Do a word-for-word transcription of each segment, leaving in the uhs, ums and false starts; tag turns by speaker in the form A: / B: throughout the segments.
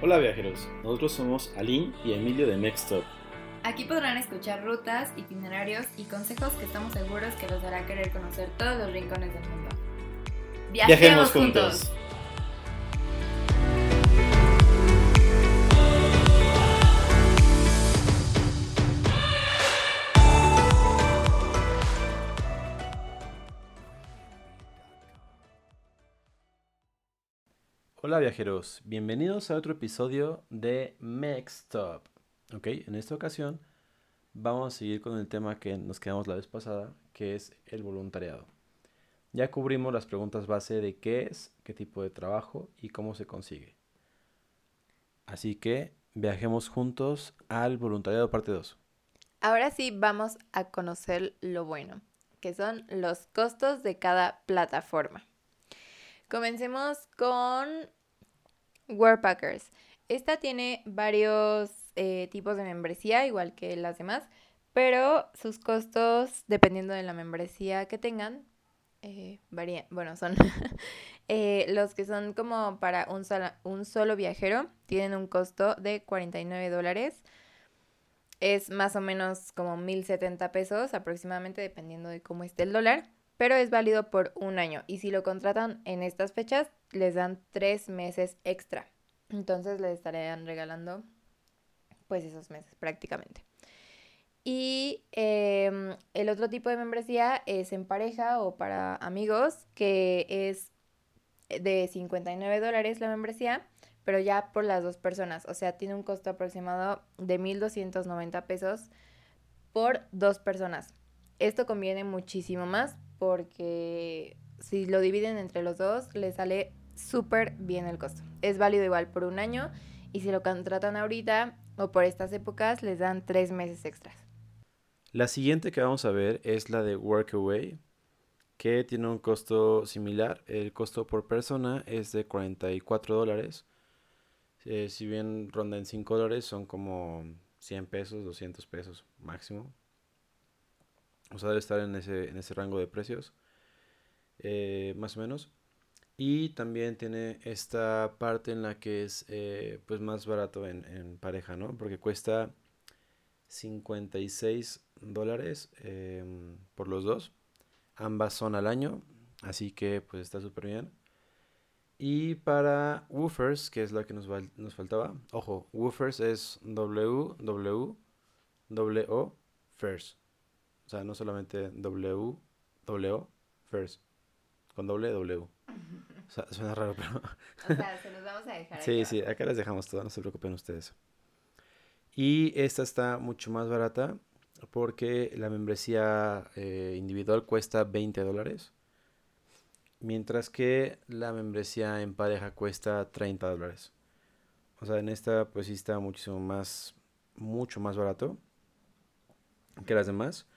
A: Hola viajeros, nosotros somos Aline y Emilio de Mextop.
B: Aquí podrán escuchar rutas, itinerarios y consejos que estamos seguros que los hará querer conocer todos los rincones del mundo.
A: ¡Viajemos, Viajemos juntos! juntos. Hola viajeros, bienvenidos a otro episodio de Mextop. Ok, en esta ocasión vamos a seguir con el tema que nos quedamos la vez pasada, que es el voluntariado. Ya cubrimos las preguntas base de qué es, qué tipo de trabajo y cómo se consigue. Así que viajemos juntos al voluntariado parte dos.
B: Ahora sí vamos a conocer lo bueno, que son los costos de cada plataforma. Comencemos con Worldpackers. Esta tiene varios eh, tipos de membresía, igual que las demás, pero sus costos, dependiendo de la membresía que tengan, eh, varían. Bueno, son eh, los que son como para un solo, un solo viajero, tienen un costo de cuarenta y nueve dólares. Es más o menos como mil setenta pesos aproximadamente, dependiendo de cómo esté el dólar. Pero es válido por un año. Y si lo contratan en estas fechas, les dan tres meses extra. Entonces les estarían regalando pues esos meses prácticamente. Y eh, el otro tipo de membresía es en pareja o para amigos, que es de cincuenta y nueve dólares la membresía, pero ya por las dos personas. O sea, tiene un costo aproximado de mil doscientos noventa pesos por dos personas. Esto conviene muchísimo más porque si lo dividen entre los dos, les sale súper bien el costo. Es válido igual por un año y si lo contratan ahorita o por estas épocas, les dan tres meses extras.
A: La siguiente que vamos a ver es la de Workaway, que tiene un costo similar. El costo por persona es de cuarenta y cuatro dólares. Eh, si bien ronda en cinco dólares, son como cien pesos, doscientos pesos máximo. O sea, debe estar en ese, en ese rango de precios, eh, más o menos. Y también tiene esta parte en la que es eh, pues más barato en, en pareja, ¿no? Porque cuesta cincuenta y seis dólares eh, por los dos. Ambas son al año, así que pues está súper bien. Y para Woofers, que es la que nos, val- nos faltaba, ojo, Woofers es W W W O First. O sea, no solamente W W O First, con doble W. O sea, suena raro, pero...
B: O sea, se los vamos a dejar aquí
A: sí,
B: abajo.
A: sí, acá les dejamos todo, no se preocupen ustedes. Y esta está mucho más barata porque la membresía eh, individual cuesta veinte dólares. Mientras que la membresía en pareja cuesta treinta dólares. O sea, en esta pues sí está muchísimo más, mucho más barato que las demás.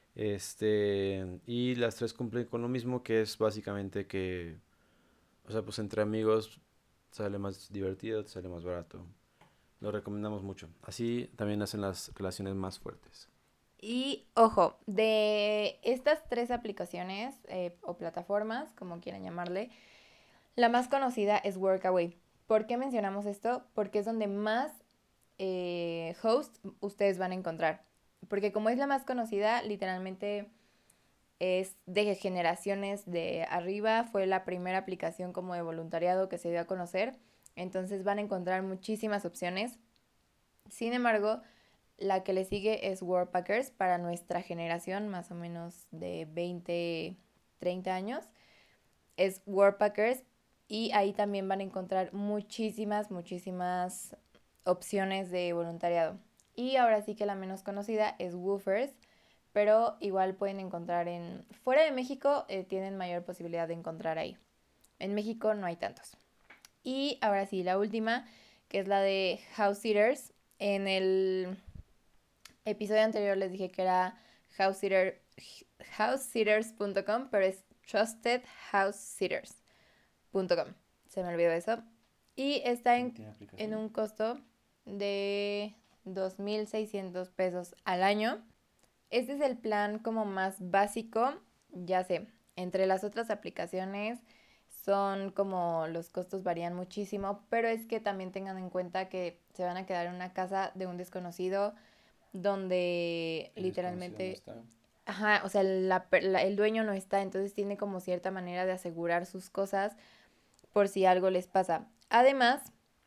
A: Este, y las tres cumplen con lo mismo, que es básicamente que, o sea, pues entre amigos sale más divertido, sale más barato. Lo recomendamos mucho. Así también hacen las relaciones más fuertes.
B: Y ojo, de estas tres aplicaciones eh, o plataformas, como quieran llamarle, la más conocida es Workaway. ¿Por qué mencionamos esto? Porque es donde más eh, hosts ustedes van a encontrar. Porque como es la más conocida, literalmente es de generaciones de arriba. Fue la primera aplicación como de voluntariado que se dio a conocer. Entonces van a encontrar muchísimas opciones. Sin embargo, la que le sigue es Worldpackers para nuestra generación, más o menos de veinte, treinta años. Es Worldpackers y ahí también van a encontrar muchísimas, muchísimas opciones de voluntariado. Y ahora sí que la menos conocida es Woofers, pero igual pueden encontrar en... Fuera de México eh, tienen mayor posibilidad de encontrar ahí. En México no hay tantos. Y ahora sí, la última, que es la de House Sitters. En el episodio anterior les dije que era house sitter, house sitters punto com, pero es trusted house sitters punto com. Se me olvidó eso. Y está en, en un costo de dos mil seiscientos pesos al año. Este es el plan como más básico. Ya sé, entre las otras aplicaciones son como los costos varían muchísimo, pero es que también tengan en cuenta que se van a quedar en una casa de un desconocido donde
A: El desconocido no
B: literalmente,
A: está.
B: ajá, o sea, la per- la- el dueño no está, entonces tiene como cierta manera de asegurar sus cosas por si algo les pasa. Además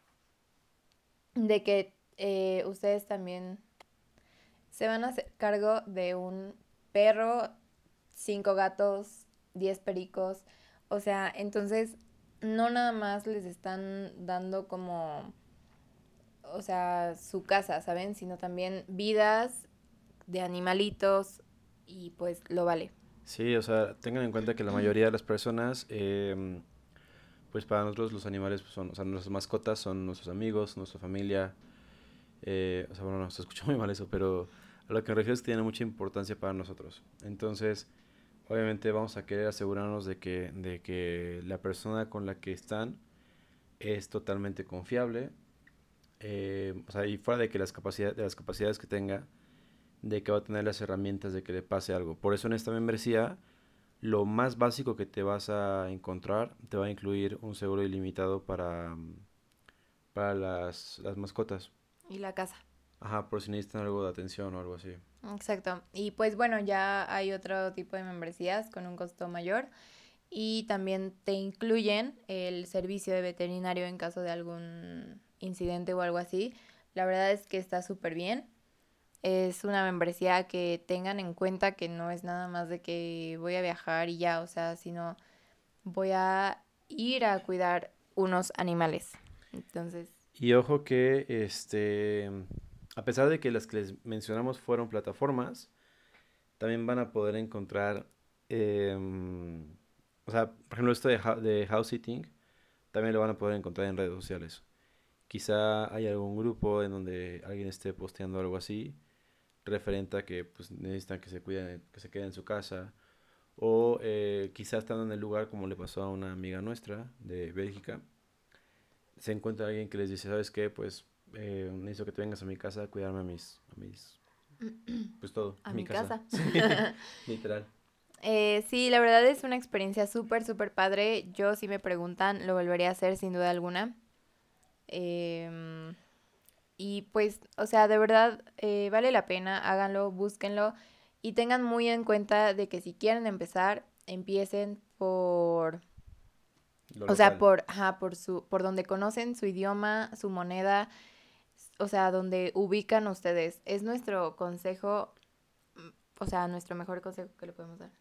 B: de que eh, ustedes también se van a hacer cargo de un perro, cinco gatos, diez pericos. O sea, entonces no nada más les están dando como, o sea, su casa, ¿saben? Sino también vidas de animalitos y pues lo vale.
A: Sí, o sea, tengan en cuenta que la mayoría de las personas, em, pues para nosotros los animales pues, son, o sea, nuestras mascotas son nuestros amigos, nuestra familia. Eh, o sea, bueno, no, se escucha muy mal eso, pero a lo que me refiero es que tiene mucha importancia para nosotros. Entonces, obviamente vamos a querer asegurarnos de que, de que la persona con la que están es totalmente confiable. Eh, o sea, y fuera de que las capacidades, de las capacidades que tenga, de que va a tener las herramientas de que le pase algo. Por eso en esta membresía, lo más básico que te vas a encontrar te va a incluir un seguro ilimitado para, para las, las mascotas.
B: Y la casa.
A: Ajá, por si necesitan algo de atención o algo así.
B: Exacto. Y pues bueno, ya hay otro tipo de membresías con un costo mayor y también te incluyen el servicio de veterinario en caso de algún incidente o algo así. La verdad es que está súper bien. Es una membresía que tengan en cuenta que no es nada más de que voy a viajar y ya, o sea, sino voy a ir a cuidar unos animales. Entonces,
A: Y ojo que, este, a pesar de que las que les mencionamos fueron plataformas, también van a poder encontrar, em, o sea, por ejemplo, esto de, hou- de house sitting, también lo van a poder encontrar en redes sociales. Quizá hay algún grupo en donde alguien esté posteando algo así, referente a que pues, necesitan que se cuiden, que se queden en su casa, o eh, quizá estando en el lugar como le pasó a una amiga nuestra de Bélgica, se encuentra alguien que les dice, ¿sabes qué? Pues eh, necesito que te vengas a mi casa a cuidarme a mis, a mis, pues todo,
B: a
A: en mi
B: mi
A: casa.
B: casa.
A: Sí, literal.
B: Eh, sí, la verdad es una experiencia súper, súper padre. Yo, si me preguntan, lo volvería a hacer sin duda alguna. Em, y pues, o sea, de verdad eh, vale la pena, háganlo, búsquenlo y tengan muy en cuenta de que si quieren empezar, empiecen por,
A: Lo
B: o sea,
A: local.
B: por, ajá, por su, por donde conocen su idioma, su moneda, o sea, donde ubican ustedes. Es nuestro consejo, mm, o sea, nuestro mejor consejo que le podemos dar.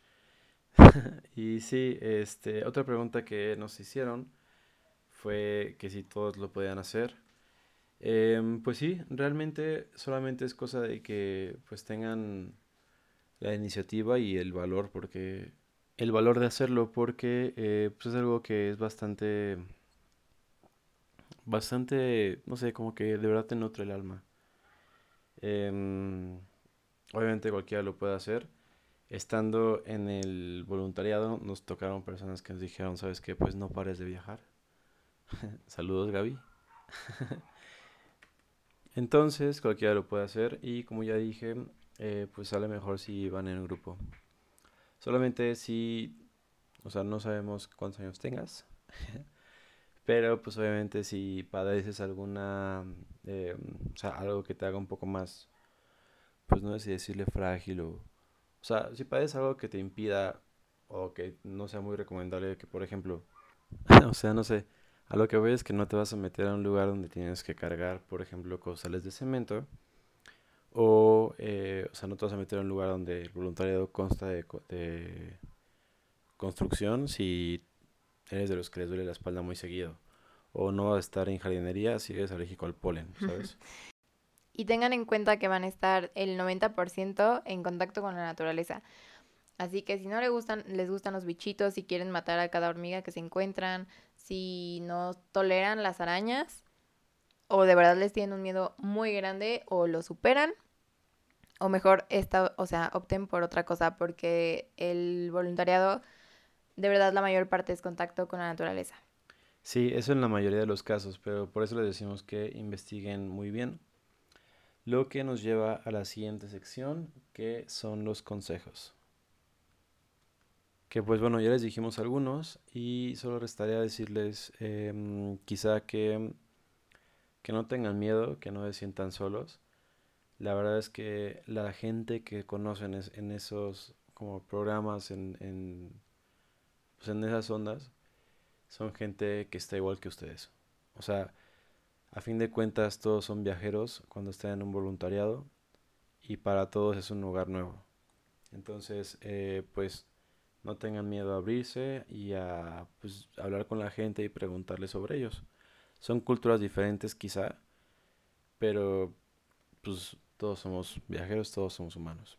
A: Y sí, este, otra pregunta que nos hicieron fue que si todos lo podían hacer. Em, pues sí, realmente solamente es cosa de que pues tengan la iniciativa y el valor, porque el valor de hacerlo, porque eh, pues es algo que es bastante, bastante, no sé, como que de verdad te nutre el alma. Em, obviamente cualquiera lo puede hacer. Estando en el voluntariado nos tocaron personas que nos dijeron, ¿sabes qué? Pues no pares de viajar. Saludos, Gaby. Entonces cualquiera lo puede hacer y como ya dije, eh, pues sale mejor si van en grupo. Solamente si, o sea, no sabemos cuántos años tengas, pero pues obviamente si padeces alguna, eh, o sea, algo que te haga un poco más, pues no sé si decirle frágil o, o sea, si padeces algo que te impida o que no sea muy recomendable, que por ejemplo, o sea, no sé, a lo que voy es que no te vas a meter a un lugar donde tienes que cargar, por ejemplo, costales de cemento. O, eh, o sea, no te vas a meter a un lugar donde el voluntariado consta de, co- de construcción si eres de los que les duele la espalda muy seguido. O no vas a estar en jardinería si eres alérgico al polen, ¿sabes?
B: Y tengan en cuenta que van a estar el noventa por ciento en contacto con la naturaleza. Así que si no les gustan, les gustan los bichitos, si quieren matar a cada hormiga que se encuentran, si no toleran las arañas, o de verdad les tienen un miedo muy grande, o lo superan, o mejor esta, o sea, opten por otra cosa, porque el voluntariado, de verdad, la mayor parte es contacto con la naturaleza.
A: Sí, eso en la mayoría de los casos, pero por eso les decimos que investiguen muy bien. Lo que nos lleva a la siguiente sección, que son los consejos. Que pues bueno, ya les dijimos algunos y solo restaría decirles em, quizá que, que no tengan miedo, que no se sientan solos. La verdad es que la gente que conocen es- en esos como programas, en, en, pues en esas ondas, son gente que está igual que ustedes. O sea, a fin de cuentas todos son viajeros cuando están en un voluntariado y para todos es un lugar nuevo. Entonces, eh, pues no tengan miedo a abrirse y a pues, hablar con la gente y preguntarle sobre ellos. Son culturas diferentes quizá, pero pues todos somos viajeros, todos somos humanos.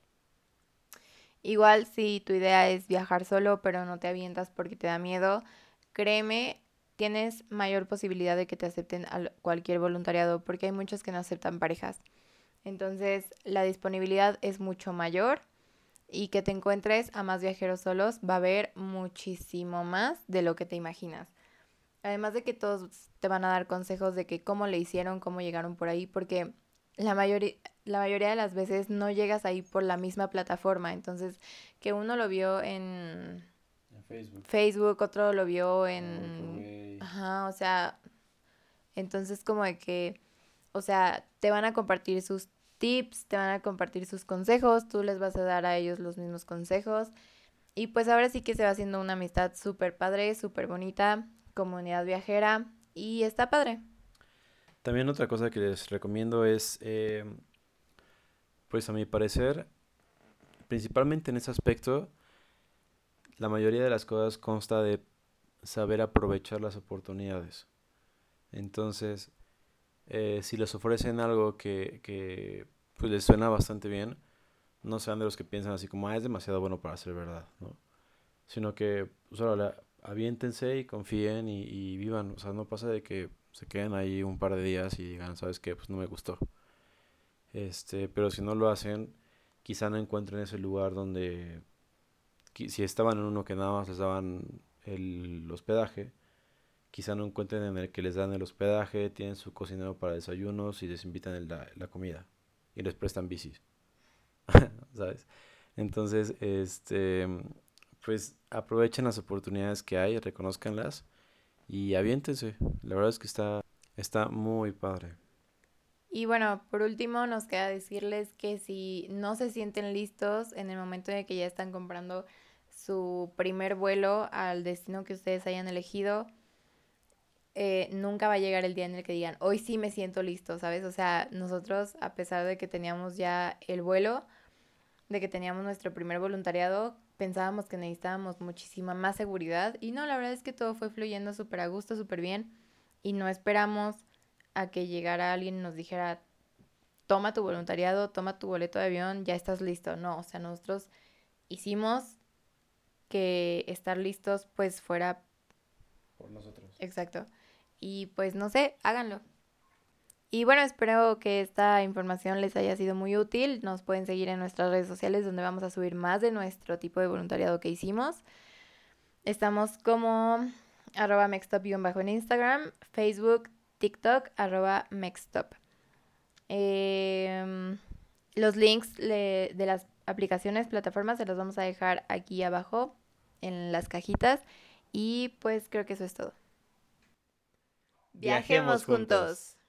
B: Igual si tu idea es viajar solo, pero no te avientas porque te da miedo, créeme, tienes mayor posibilidad de que te acepten a cualquier voluntariado porque hay muchos que no aceptan parejas. Entonces, la disponibilidad es mucho mayor y que te encuentres a más viajeros solos va a haber muchísimo más de lo que te imaginas. Además de que todos te van a dar consejos de que cómo le hicieron, cómo llegaron por ahí, porque la mayoría, la mayoría de las veces no llegas ahí por la misma plataforma. Entonces, que uno lo vio en
A: En Facebook.
B: Facebook, otro lo vio
A: En
B: en...
A: Workaway.
B: Ajá, o sea, entonces como de que, o sea, te van a compartir sus tips, te van a compartir sus consejos, tú les vas a dar a ellos los mismos consejos. Y pues ahora sí que se va haciendo una amistad súper padre, súper bonita, comunidad viajera y está padre.
A: También otra cosa que les recomiendo es, eh, pues a mi parecer, principalmente en ese aspecto, la mayoría de las cosas consta de saber aprovechar las oportunidades. Entonces, eh, si les ofrecen algo que, que pues les suena bastante bien, no sean de los que piensan así como, ah, es demasiado bueno para ser verdad, ¿no? Sino que, pues, órale, aviéntense y confíen y, y vivan. O sea, no pasa de que se queden ahí un par de días y digan, ¿sabes qué? Pues no me gustó. Este, pero si no lo hacen, quizá no encuentren ese lugar donde, qui- si estaban en uno que nada más les daban el hospedaje, quizá no encuentren en el que les dan el hospedaje, tienen su cocinero para desayunos y les invitan el- la, la comida y les prestan bicis, ¿sabes? Entonces, este, pues aprovechen las oportunidades que hay, reconózcanlas y aviéntense. La verdad es que está, está muy padre.
B: Y bueno, por último nos queda decirles que si no se sienten listos en el momento en el que ya están comprando su primer vuelo al destino que ustedes hayan elegido, eh, nunca va a llegar el día en el que digan, hoy sí me siento listo, ¿sabes? O sea, nosotros, a pesar de que teníamos ya el vuelo, de que teníamos nuestro primer voluntariado, pensábamos que necesitábamos muchísima más seguridad y no, la verdad es que todo fue fluyendo súper a gusto, súper bien y no esperamos a que llegara alguien y nos dijera, toma tu voluntariado, toma tu boleto de avión, ya estás listo. No, o sea, nosotros hicimos que estar listos pues fuera
A: Por nosotros.
B: exacto. Y pues no sé, háganlo. Y bueno, espero que esta información les haya sido muy útil. Nos pueden seguir en nuestras redes sociales donde vamos a subir más de nuestro tipo de voluntariado que hicimos. Estamos como arroba mextop-bajo en Instagram, Facebook, TikTok, arroba mextop. Eh, los links le- de las aplicaciones, plataformas, se los vamos a dejar aquí abajo en las cajitas. Y pues creo que eso es todo.
A: Viajemos
B: Viajemos
A: juntos.
B: juntos.